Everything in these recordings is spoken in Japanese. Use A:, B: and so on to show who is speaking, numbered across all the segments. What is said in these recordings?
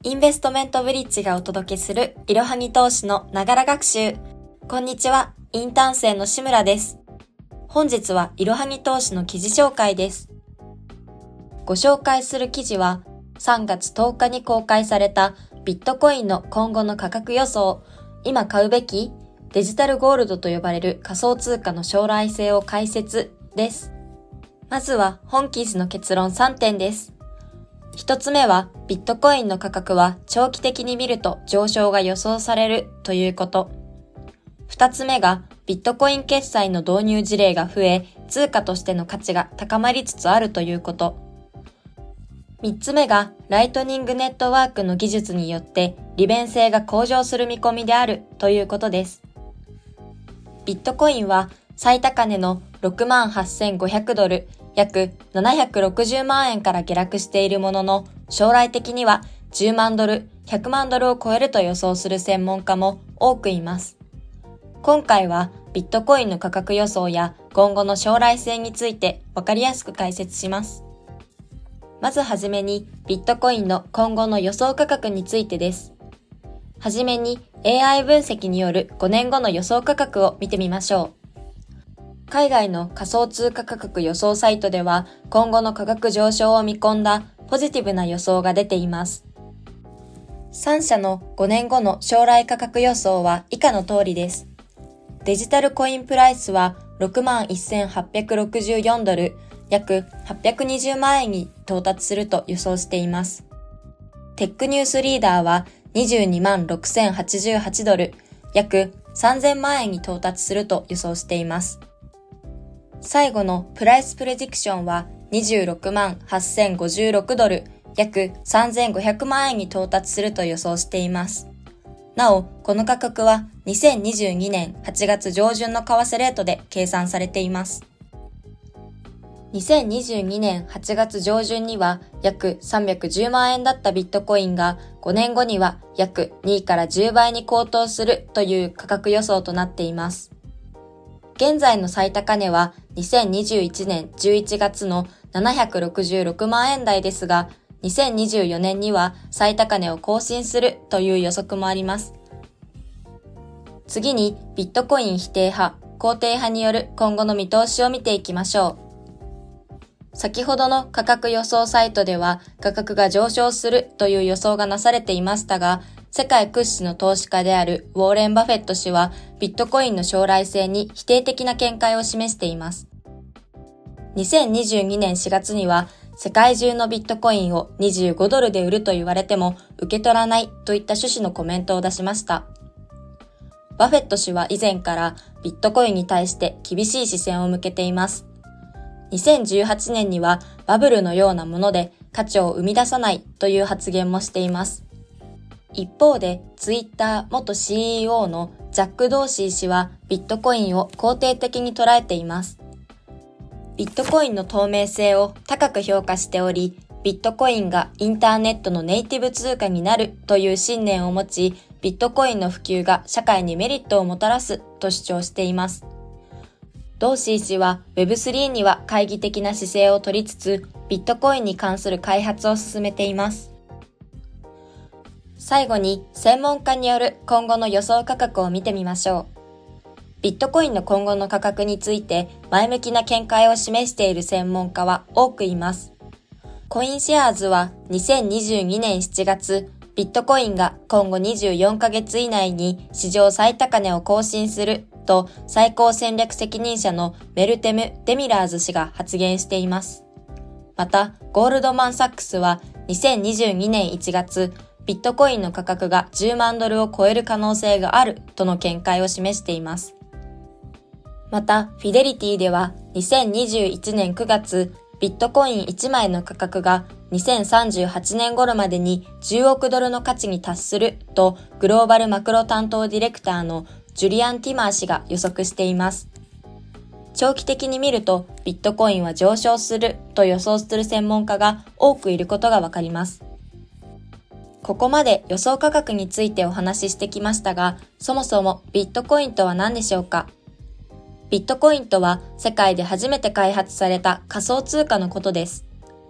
A: インベストメントブリッジがお届けするいろはぎ投資のながら学習。こんにちは、インターン生の志村です。本日はいろはぎ投資の記事紹介です。ご紹介する記事は3月10日に公開されたビットコインの今後の価格予想、今買うべきデジタルゴールドと呼ばれる仮想通貨の将来性を解説です。まずは本記事の結論3点です。一つ目は、ビットコインの価格は長期的に見ると上昇が予想されるということ。二つ目が、ビットコイン決済の導入事例が増え、通貨としての価値が高まりつつあるということ。三つ目が、ライトニングネットワークの技術によって利便性が向上する見込みであるということです。ビットコインは最高値の68,500ドル、約760万円から下落しているものの、将来的には10万ドル、100万ドルを超えると予想する専門家も多くいます。今回はビットコインの価格予想や今後の将来性についてわかりやすく解説します。まずはじめにビットコインの今後の予想価格についてです。はじめに AI 分析による5年後の予想価格を見てみましょう。海外の仮想通貨価格予想サイトでは今後の価格上昇を見込んだポジティブな予想が出ています。3社の5年後の将来価格予想は以下の通りです。デジタルコインプライスは61,864ドル、約820万円に到達すると予想しています。テックニュースリーダーは226,088ドル、約3000万円に到達すると予想しています。最後のプライスプレディクションは268,056ドル、約3,500万円に到達すると予想しています。なお、この価格は2022年8月上旬の為替レートで計算されています。2022年8月上旬には約310万円だったビットコインが5年後には約2から10倍に高騰するという価格予想となっています。現在の最高値は2021年11月の766万円台ですが、2024年には最高値を更新するという予測もあります。次にビットコイン否定派、肯定派による今後の見通しを見ていきましょう。先ほどの価格予想サイトでは価格が上昇するという予想がなされていましたが、世界屈指の投資家であるウォーレン・バフェット氏はビットコインの将来性に否定的な見解を示しています。2022年4月には世界中のビットコインを25ドルで売ると言われても受け取らないといった趣旨のコメントを出しました。バフェット氏は以前からビットコインに対して厳しい視線を向けています。2018年にはバブルのようなもので価値を生み出さないという発言もしています。一方でツイッター元 CEO のジャック・ドーシー氏はビットコインを肯定的に捉えています。ビットコインの透明性を高く評価しており、ビットコインがインターネットのネイティブ通貨になるという信念を持ち、ビットコインの普及が社会にメリットをもたらすと主張しています。ドーシー氏は Web3 には懐疑的な姿勢を取りつつ、ビットコインに関する開発を進めています。最後に専門家による今後の予想価格を見てみましょう。ビットコインの今後の価格について前向きな見解を示している専門家は多くいます。コインシェアーズは2022年7月、ビットコインが今後24ヶ月以内に史上最高値を更新すると最高戦略責任者のメルテム・デミラーズ氏が発言しています。また、ゴールドマン・サックスは2022年1月、ビットコインの価格が10万ドルを超える可能性があるとの見解を示しています。また、フィデリティでは2021年9月、ビットコイン1枚の価格が2038年頃までに10億ドルの価値に達するとグローバルマクロ担当ディレクターのジュリアン・ティマー氏が予測しています。長期的に見るとビットコインは上昇すると予想する専門家が多くいることがわかります。ここまで予想価格についてお話ししてきましたが、そもそもビットコインとは何でしょうか？ビットコインとは世界で初めて開発された仮想通貨のことです。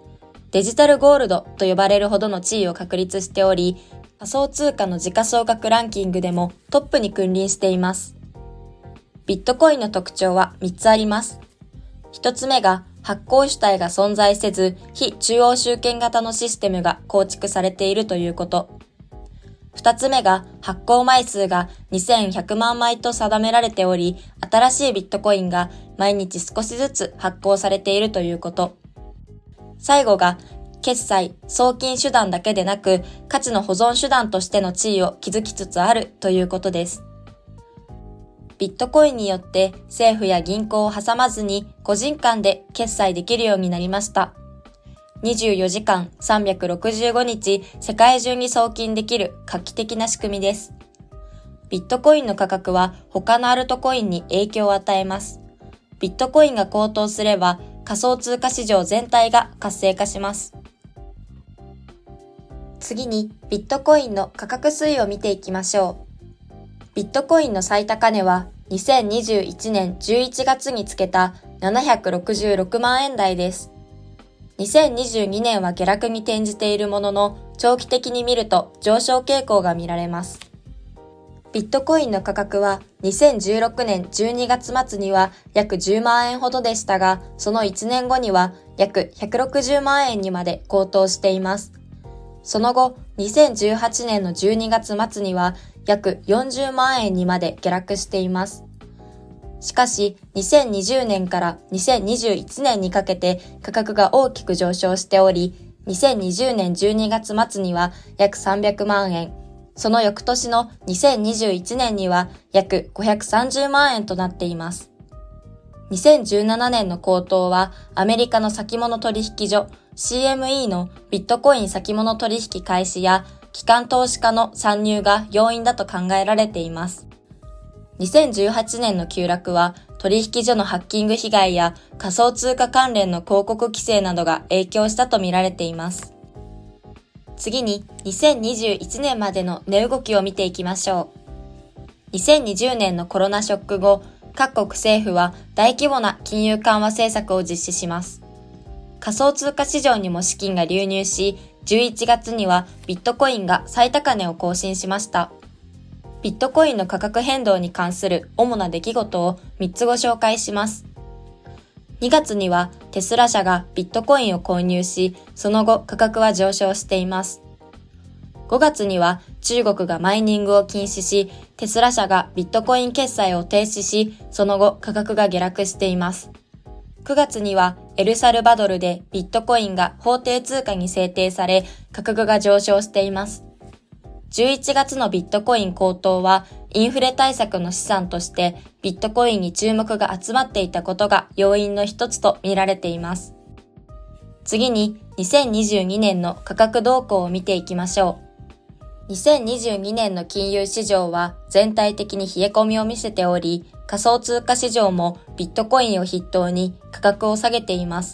A: デジタルゴールドと呼ばれるほどの地位を確立しており、仮想通貨の時価総額ランキングでもトップに君臨しています。ビットコインの特徴は3つあります。1つ目が発行主体が存在せず、非中央集権型のシステムが構築されているということ。2つ目が発行枚数が2100万枚と定められており、新しいビットコインが毎日少しずつ発行されているということ。最後が決済・送金手段だけでなく、価値の保存手段としての地位を築きつつあるということです。ビットコインによって政府や銀行を挟まずに個人間で決済できるようになりました。24時間365日世界中に送金できる画期的な仕組みです。ビットコインの価格は他のアルトコインに影響を与えます。ビットコインが高騰すれば仮想通貨市場全体が活性化します。次にビットコインの価格推移を見ていきましょう。ビットコインの最高値は2021年11月につけた766万円台です。2022年は下落に転じているものの、長期的に見ると上昇傾向が見られます。ビットコインの価格は2016年12月末には約10万円ほどでしたが、その1年後には約160万円にまで高騰しています。その後、2018年の12月末には約40万円にまで下落しています。しかし、2020年から2021年にかけて価格が大きく上昇しており、2020年12月末には約300万円、その翌年の2021年には約530万円となっています。2017年の高騰はアメリカの先物取引所 CME のビットコイン先物取引開始や機関投資家の参入が要因だと考えられています。2018年の急落は取引所のハッキング被害や仮想通貨関連の広告規制などが影響したとみられています。次に2021年までの値動きを見ていきましょう。2020年のコロナショック後、各国政府は大規模な金融緩和政策を実施します。仮想通貨市場にも資金が流入し、11月にはビットコインが最高値を更新しました。ビットコインの価格変動に関する主な出来事を3つご紹介します。2月にはテスラ社がビットコインを購入し、その後価格は上昇しています。5月には中国がマイニングを禁止し、テスラ社がビットコイン決済を停止し、その後価格が下落しています。9月にはエルサルバドルでビットコインが法定通貨に制定され、価格が上昇しています。11月のビットコイン高騰はインフレ対策の資産としてビットコインに注目が集まっていたことが要因の一つと見られています。次に2022年の価格動向を見ていきましょう。2022年の金融市場は全体的に冷え込みを見せており、仮想通貨市場もビットコインを筆頭に価格を下げています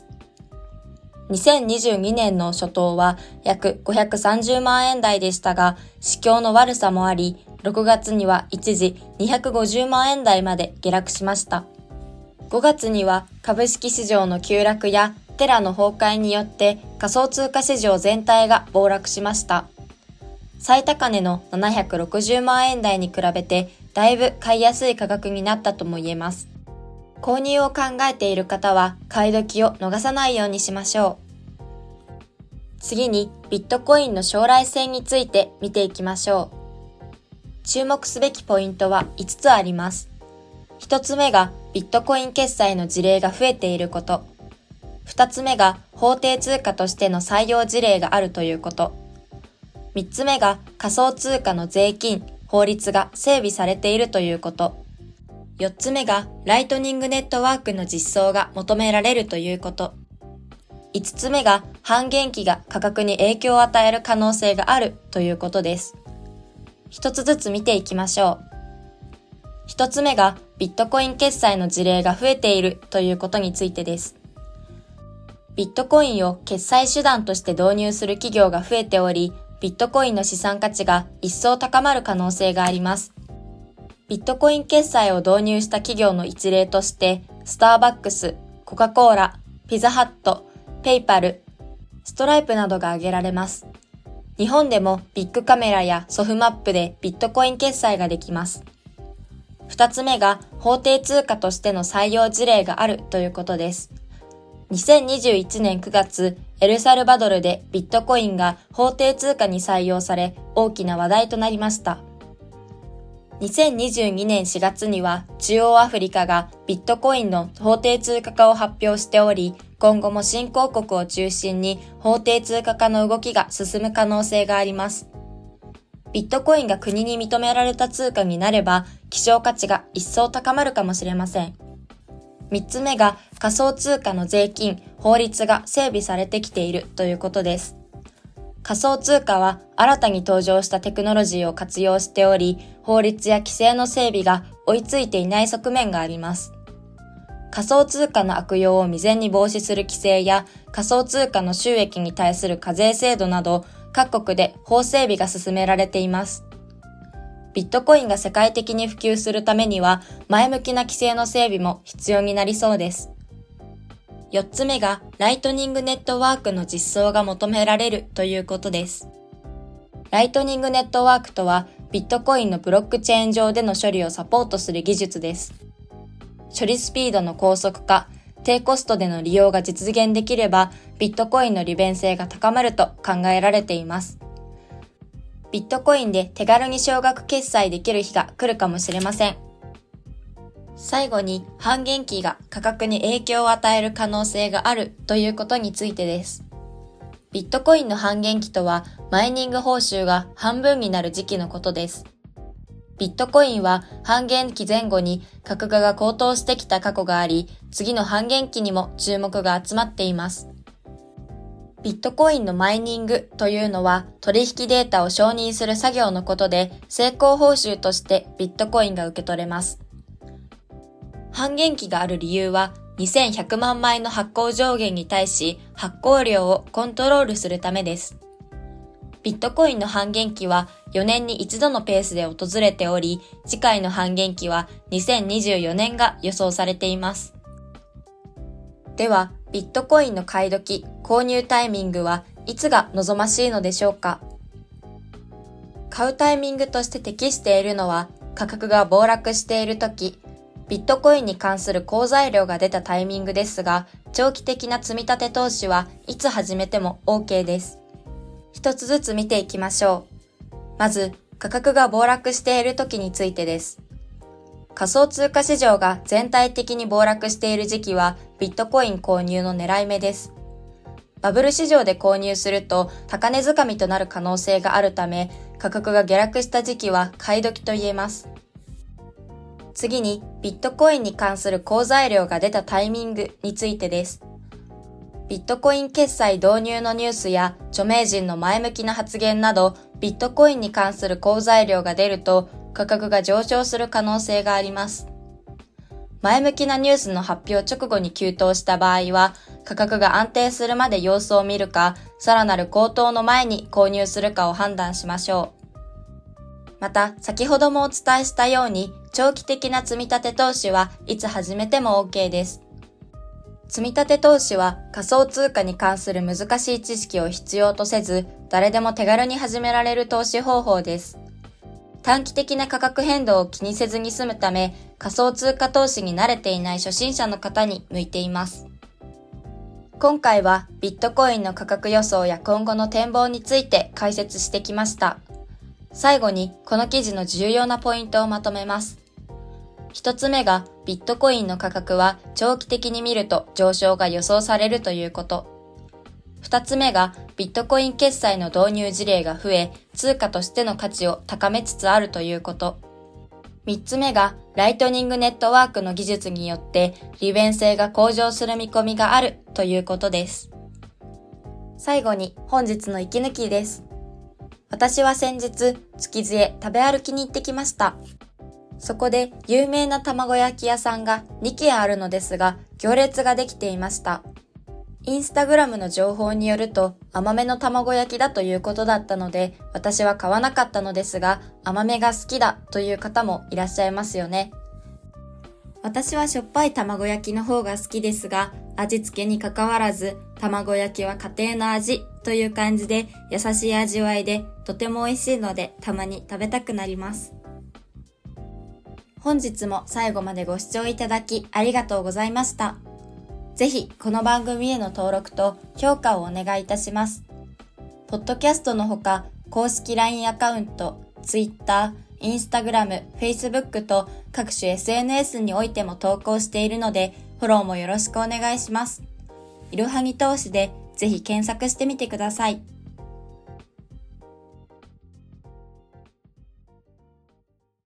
A: 。2022年の初頭は約530万円台でしたが、市況の悪さもあり、6月には一時250万円台まで下落しました。5月には株式市場の急落やテラの崩壊によって仮想通貨市場全体が暴落しました。最高値の760万円台に比べてだいぶ買いやすい価格になったとも言えます。購入を考えている方は買い時を逃さないようにしましょう。次にビットコインの将来性について見ていきましょう。注目すべきポイントは5つあります。1つ目がビットコイン決済の事例が増えていること。2つ目が法定通貨としての採用事例があるということ。3つ目が仮想通貨の税金、法律が整備されているということ。4つ目がライトニングネットワークの実装が求められるということ。5つ目が半減期が価格に影響を与える可能性があるということです。一つずつ見ていきましょう。一つ目がビットコイン決済の事例が増えているということについてです。ビットコインを決済手段として導入する企業が増えており、ビットコインの資産価値が一層高まる可能性があります。ビットコイン決済を導入した企業の一例として、スターバックス、コカ・コーラ、ピザハット、ペイパル、 ストライプなどが挙げられます。日本でもビッグカメラやソフマップでビットコイン決済ができます。2つ目が法定通貨としての採用事例があるということです。2021年9月、エルサルバドルでビットコインが法定通貨に採用され大きな話題となりました。2022年4月には中央アフリカがビットコインの法定通貨化を発表しており、今後も新興国を中心に法定通貨化の動きが進む可能性があります。ビットコインが国に認められた通貨になれば、希少価値が一層高まるかもしれません。3つ目が仮想通貨の税金、法律が整備されてきているということです。仮想通貨は新たに登場したテクノロジーを活用しており、法律や規制の整備が追いついていない側面があります。仮想通貨の悪用を未然に防止する規制や仮想通貨の収益に対する課税制度など各国で法整備が進められています。ビットコインが世界的に普及するためには前向きな規制の整備も必要になりそうです。4つ目がライトニングネットワークの実装が求められるということです。ライトニングネットワークとはビットコインのブロックチェーン上での処理をサポートする技術です。処理スピードの高速化、低コストでの利用が実現できればビットコインの利便性が高まると考えられています。ビットコインで手軽に少額決済できる日が来るかもしれません。最後に半減期が価格に影響を与える可能性があるということについてです。ビットコインの半減期とはマイニング報酬が半分になる時期のことです。ビットコインは半減期前後に価格が高騰してきた過去があり、次の半減期にも注目が集まっています。ビットコインのマイニングというのは取引データを承認する作業のことで、成功報酬としてビットコインが受け取れます。半減期がある理由は2100万枚の発行上限に対し発行量をコントロールするためです。ビットコインの半減期は4年に一度のペースで訪れており、次回の半減期は2024年が予想されています。では、ビットコインの買い時、購入タイミングはいつが望ましいのでしょうか？買うタイミングとして適しているのは、価格が暴落しているとき、ビットコインに関する好材料が出たタイミングですが、長期的な積み立て投資はいつ始めても OK です。一つずつ見ていきましょう。まず、価格が暴落している時についてです。仮想通貨市場が全体的に暴落している時期は、ビットコイン購入の狙い目です。バブル市場で購入すると高値掴みとなる可能性があるため、価格が下落した時期は買い時と言えます。次に、ビットコインに関する好材料が出たタイミングについてです。ビットコイン決済導入のニュースや著名人の前向きな発言など、ビットコインに関する好材料が出ると価格が上昇する可能性があります。前向きなニュースの発表直後に急騰した場合は、価格が安定するまで様子を見るか、さらなる高騰の前に購入するかを判断しましょう。また、先ほどもお伝えしたように、長期的な積み立て投資はいつ始めても OK です。積み立て投資は仮想通貨に関する難しい知識を必要とせず、誰でも手軽に始められる投資方法です。短期的な価格変動を気にせずに済むため、仮想通貨投資に慣れていない初心者の方に向いています。今回はビットコインの価格予想や今後の展望について解説してきました。最後にこの記事の重要なポイントをまとめます。一つ目がビットコインの価格は長期的に見ると上昇が予想されるということ。二つ目がビットコイン決済の導入事例が増え、通貨としての価値を高めつつあるということ。三つ目がライトニングネットワークの技術によって利便性が向上する見込みがあるということです。最後に本日の息抜きです。私は先日、築地へ食べ歩きに行ってきました。そこで有名な卵焼き屋さんが2軒あるのですが、行列ができていました。インスタグラムの情報によると甘めの卵焼きだということだったので、私は買わなかったのですが、甘めが好きだという方もいらっしゃいますよね。 私はしょっぱい卵焼きの方が好きですが、味付けに関わらず、卵焼きは家庭の味という感じで優しい味わいでとても美味しいのでたまに食べたくなります。本日も最後までご視聴いただきありがとうございました。ぜひこの番組への登録と評価をお願いいたします。ポッドキャストのほか公式 LINE アカウント、Twitter、Instagram、Facebook と各種 SNS においても投稿しているのでフォローもよろしくお願いします。いろはぎ投資でぜひ検索してみてください。